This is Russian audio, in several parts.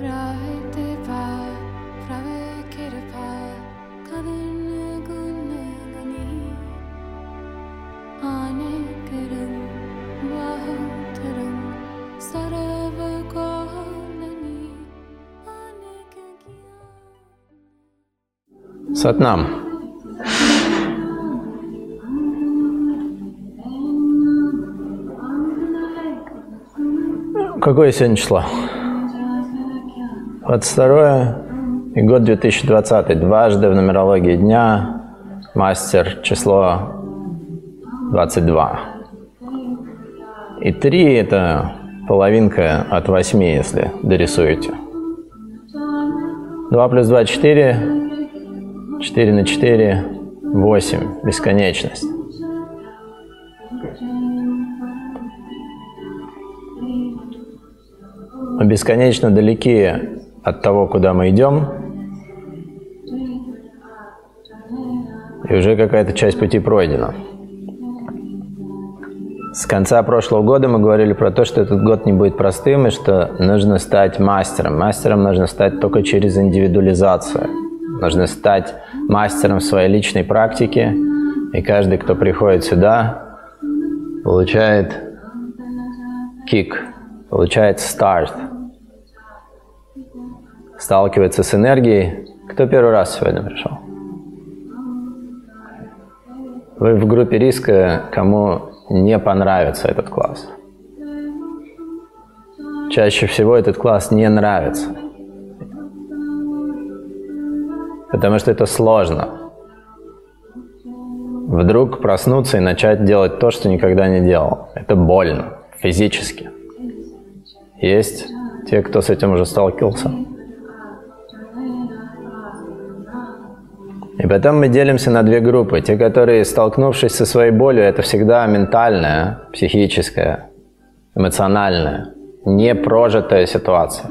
Сатнам. Какое сегодня число? 22 и год 2020. Дважды в нумерологии дня мастер число 22. И 3 это половинка от 8, если дорисуете. 2 плюс 2 – 4. 4 на 4 – 8. Бесконечность. Мы бесконечно далеки от того, куда мы идем, и уже какая-то часть пути пройдена. С конца прошлого года мы говорили про то, что этот год не будет простым, и что нужно стать мастером. Мастером нужно стать только через индивидуализацию. Нужно стать мастером своей личной практики, и каждый, кто приходит сюда, получает кик, получает старт, сталкивается с энергией. Кто первый раз сегодня пришел? Вы в группе риска, кому не понравится этот класс. Чаще всего этот класс не нравится. Потому что это сложно. Вдруг проснуться и начать делать то, что никогда не делал. Это больно, физически. Есть те, кто с этим уже сталкивался. И потом мы делимся на 2 группы. Те, которые, столкнувшись со своей болью, это всегда ментальная, психическая, эмоциональная, непрожитая ситуация.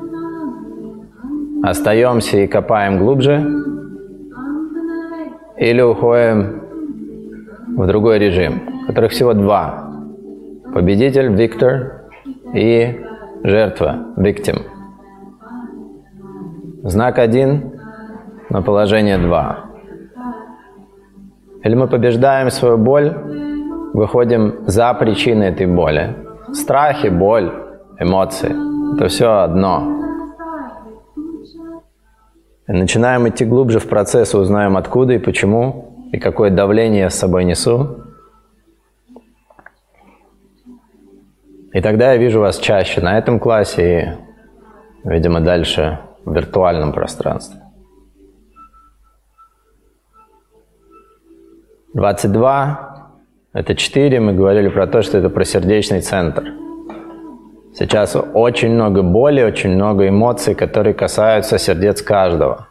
Остаемся и копаем глубже, или уходим в другой режим, которых всего 2. Победитель, victor, и жертва, victim. Знак 1, но положение 2. Или мы побеждаем свою боль, выходим за причины этой боли. Страхи, боль, эмоции – это все одно. И начинаем идти глубже в процесс, узнаем откуда и почему, и какое давление я с собой несу. И тогда я вижу вас чаще на этом классе и, видимо, дальше в виртуальном пространстве. 22 – это 4, мы говорили про то, что это про сердечный центр. Сейчас очень много боли, очень много эмоций, которые касаются сердец каждого.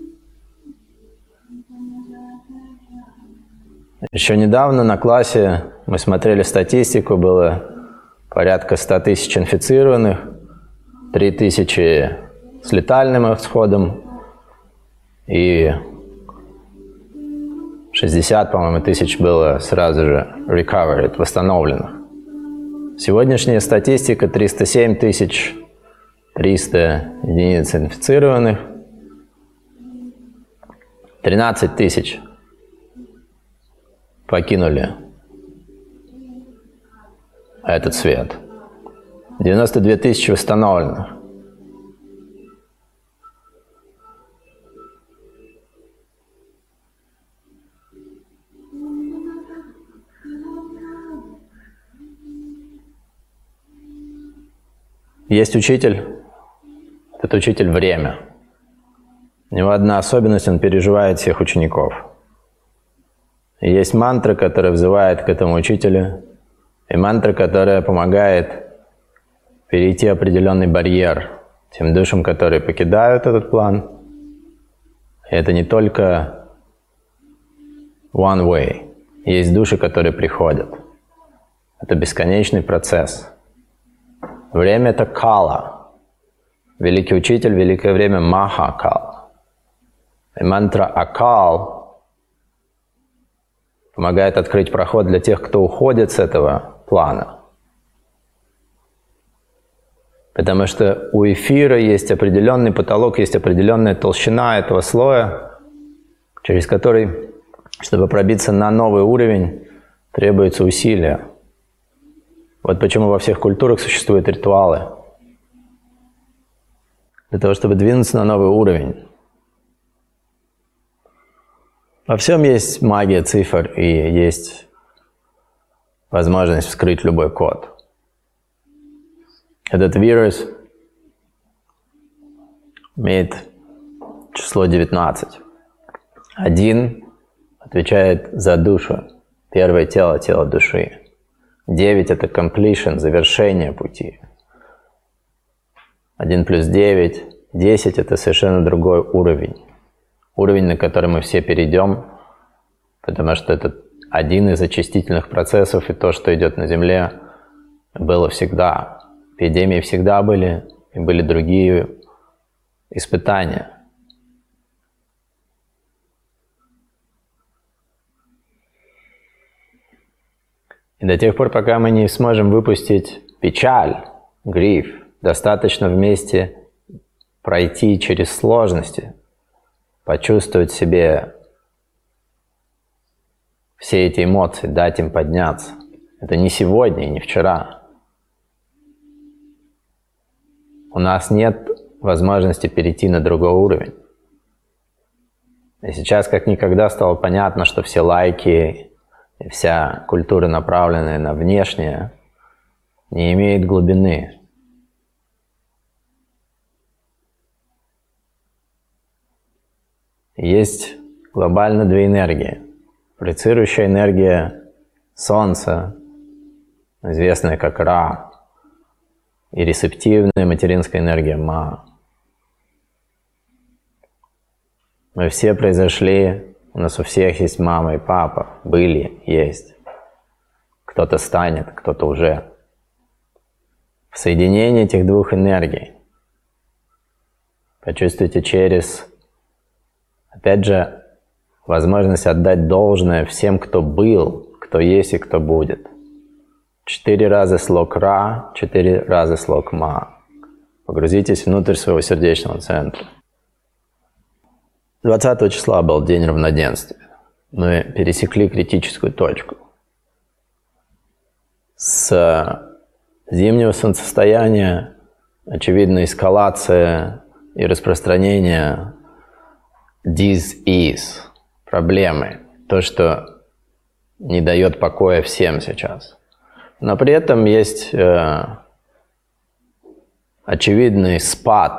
Еще недавно на классе мы смотрели статистику, было порядка 100 тысяч инфицированных, 3000 с летальным исходом и 60, по-моему, тысяч было сразу же recovered, восстановленных. Сегодняшняя статистика 307 300 единиц инфицированных, 13 тысяч покинули этот свет, 92 тысячи восстановленных. Есть учитель, этот учитель – время. У него одна особенность – он переживает всех учеников. И есть мантра, которая взывает к этому учителю, и мантра, которая помогает перейти определенный барьер тем душам, которые покидают этот план. И это не только one way. Есть души, которые приходят. Это бесконечный процесс. Время – это кала. Великий учитель, великое время – маха-кала. И мантра акал помогает открыть проход для тех, кто уходит с этого плана. Потому что у эфира есть определенный потолок, есть определенная толщина этого слоя, через который, чтобы пробиться на новый уровень, требуется усилие. Вот почему во всех культурах существуют ритуалы. Для того, чтобы двинуться на новый уровень. Во всем есть магия цифр и есть возможность вскрыть любой код. Этот вирус имеет число 19. 1 отвечает за душу. Первое тело – тело души. 9 – это completion, завершение пути. 1 плюс 9 – 10 – это совершенно другой уровень. Уровень, на который мы все перейдем, потому что это один из очистительных процессов, и то, что идет на Земле, было всегда. Эпидемии всегда были, и были другие испытания. И до тех пор, пока мы не сможем выпустить печаль, гриф, достаточно вместе пройти через сложности, почувствовать в себе все эти эмоции, дать им подняться. Это не сегодня и не вчера. У нас нет возможности перейти на другой уровень. И сейчас как никогда стало понятно, что все лайки и вся культура, направленная на внешнее, не имеет глубины. Есть глобально две энергии. Проецирующая энергия Солнца, известная как Ра, и рецептивная материнская энергия Ма. Мы все произошли, у нас у всех есть мама и папа, были, есть. Кто-то станет, кто-то уже. В соединении этих двух энергий почувствуйте через, опять же, возможность отдать должное всем, кто был, кто есть и кто будет. 4 раза слог Ра, 4 раза слог Ма. Погрузитесь внутрь своего сердечного центра. 20 числа был день равноденствия. Мы пересекли критическую точку. С зимнего солнцестояния, очевидно, эскалация и распространение disease, проблемы, то, что не дает покоя всем сейчас. Но при этом есть очевидный спад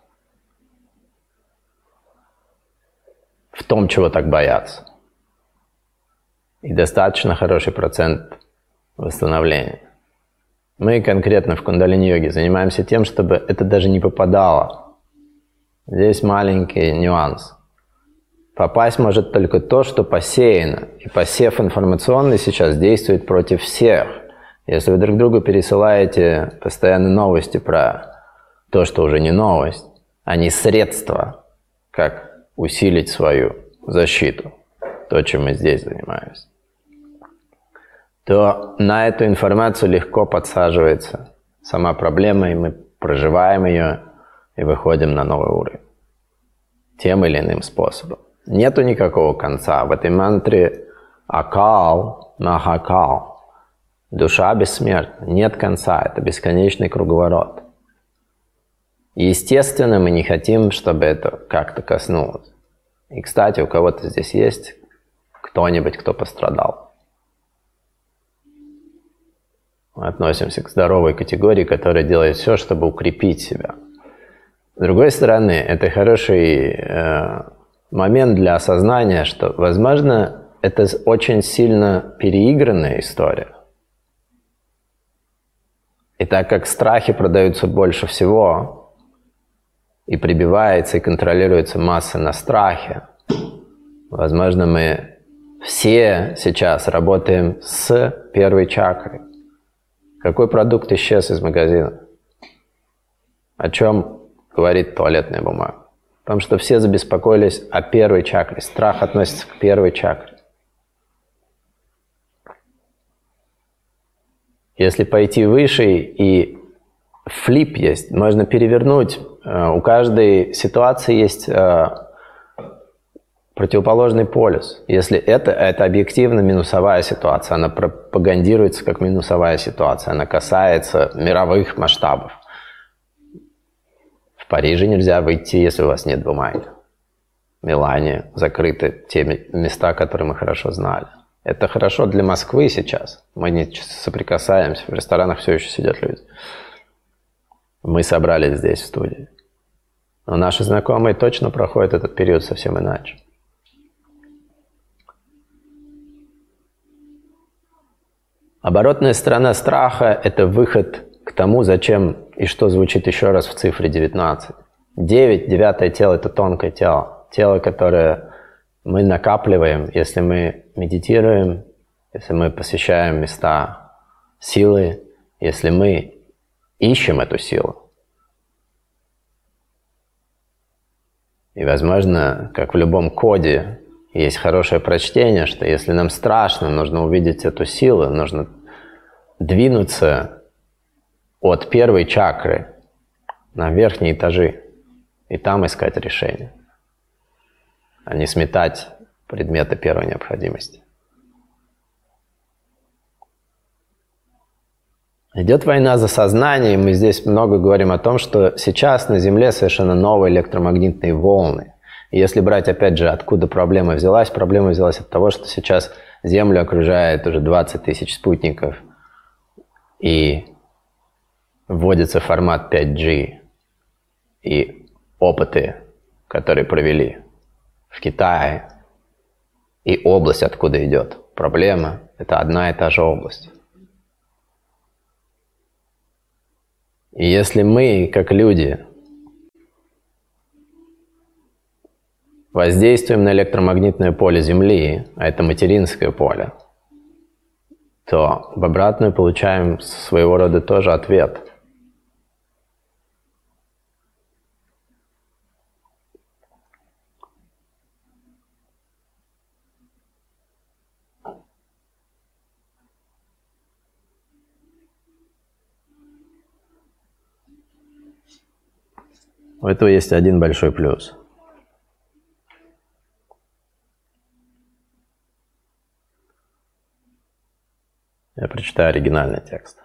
в том, чего так боятся. И достаточно хороший процент восстановления. Мы конкретно в кундалини-йоге занимаемся тем, чтобы это даже не попадало. Здесь маленький нюанс. Попасть может только то, что посеяно. И посев информационный сейчас действует против всех. Если вы друг другу пересылаете постоянно новости про то, что уже не новость, а не средство, как усилить свою защиту, то, чем мы здесь занимаемся, то на эту информацию легко подсаживается сама проблема, и мы проживаем ее и выходим на новый уровень. Тем или иным способом. Нету никакого конца. В этой мантре Акал, Махакал. Душа бессмертна. Нет конца. Это бесконечный круговорот. И естественно, мы не хотим, чтобы это как-то коснулось. И, кстати, у кого-то здесь есть кто-нибудь, кто пострадал. Мы относимся к здоровой категории, которая делает все, чтобы укрепить себя. С другой стороны, это хороший момент для осознания, что, возможно, это очень сильно переигранная история. И так как страхи продаются больше всего, и прибивается и контролируется масса на страхе, возможно, мы все сейчас работаем с первой чакрой. Какой продукт исчез из магазина? О чем говорит туалетная бумага? О том, что все забеспокоились о первой чакре. Страх относится к первой чакре. Если пойти выше и флип есть, можно перевернуть. У каждой ситуации есть противоположный полюс. Если это объективно минусовая ситуация, она пропагандируется как минусовая ситуация, она касается мировых масштабов. В Париже нельзя выйти, если у вас нет бумаги. В Милане закрыты те места, которые мы хорошо знали. Это хорошо для Москвы сейчас. Мы не соприкасаемся, в ресторанах все еще сидят люди. Мы собрались здесь, в студии. Но наши знакомые точно проходят этот период совсем иначе. Оборотная сторона страха – это выход к тому, зачем и что звучит еще раз в цифре 19. 9, девятое тело – это тонкое тело. Тело, которое мы накапливаем, если мы медитируем, если мы посещаем места силы, если мы ищем эту силу. И, возможно, как в любом коде, есть хорошее прочтение, что если нам страшно, нужно увидеть эту силу, нужно двинуться от первой чакры на верхние этажи и там искать решение, а не сметать предметы первой необходимости. Идет война за сознание, и мы здесь много говорим о том, что сейчас на Земле совершенно новые электромагнитные волны. И если брать, опять же, откуда проблема взялась от того, что сейчас Землю окружает уже 20 тысяч спутников, и вводится формат 5G, и опыты, которые провели в Китае, и область, откуда идет проблема, это одна и та же область. И если мы, как люди, воздействуем на электромагнитное поле Земли, а это материнское поле, то в обратную получаем своего рода тоже ответ. У этого есть один большой плюс. Я прочитаю оригинальный текст.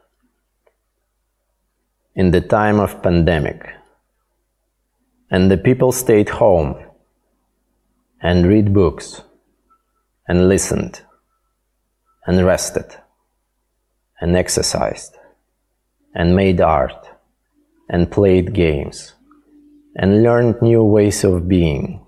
In the time of pandemic, and the people stayed home, and read books, and listened, and rested, and exercised, and made art, and played games, and learned new ways of being,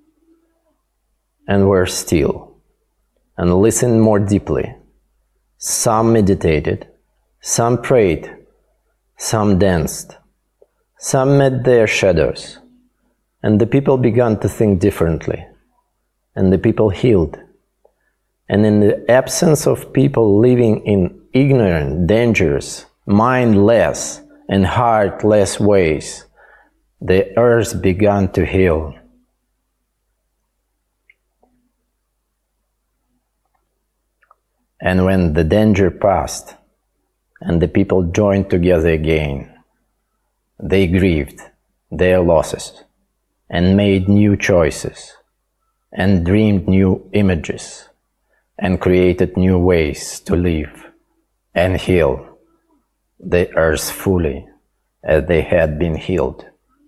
and were still, and listened more deeply. Some meditated, some prayed, some danced, some met their shadows, and the people began to think differently, and the people healed. And in the absence of people living in ignorant, dangerous, mindless, and heartless ways, the earth began to heal. And when the danger passed, and the people joined together again, they grieved their losses, and made new choices, and dreamed new images, and created new ways to live and heal the earth fully as they had been healed.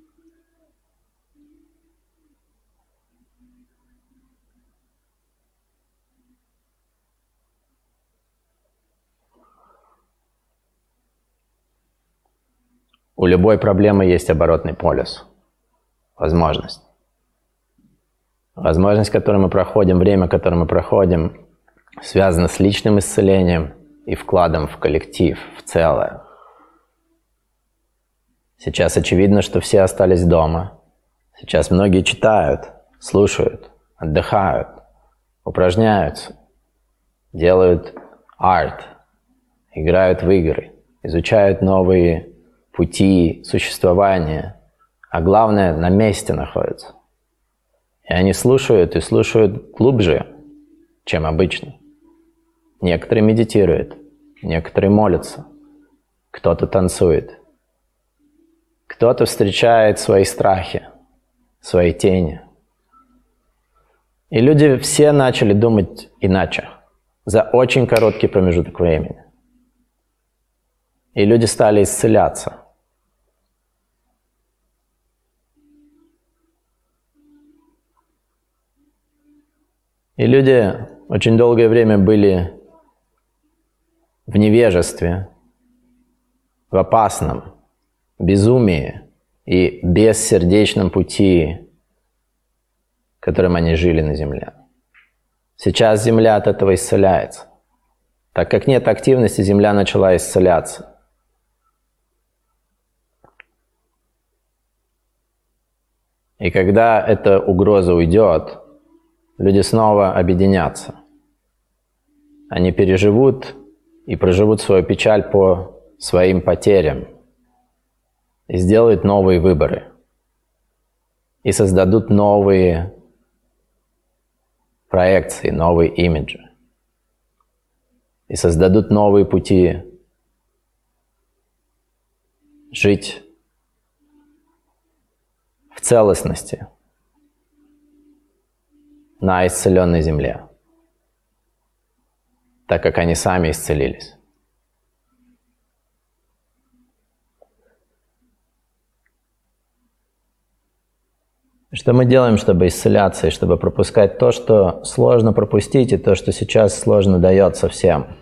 У любой проблемы есть оборотный полюс. Возможность. Возможность, которую мы проходим, время, которое мы проходим, связано с личным исцелением и вкладом в коллектив, в целое. Сейчас очевидно, что все остались дома. Сейчас многие читают, слушают, отдыхают, упражняются, делают арт, играют в игры, изучают новые пути существования, а главное, на месте находятся. И они слушают, и слушают глубже, чем обычно. Некоторые медитируют, некоторые молятся, кто-то танцует, Кто-то встречает свои страхи, свои тени. И люди все начали думать иначе за очень короткий промежуток времени. И люди стали исцеляться. И люди очень долгое время были в невежестве, в опасном безумии и бессердечном пути, которым они жили на земле. Сейчас земля от этого исцеляется. Так как нет активности, земля начала исцеляться. И когда эта угроза уйдет, люди снова объединятся. Они переживут и проживут свою печаль по своим потерям и сделают новые выборы и создадут новые проекции, новые имиджи и создадут новые пути жить в целостности на исцеленной земле, так как они сами исцелились. Что мы делаем, чтобы исцеляться и чтобы пропускать то, что сложно пропустить, и то, что сейчас сложно дается всем?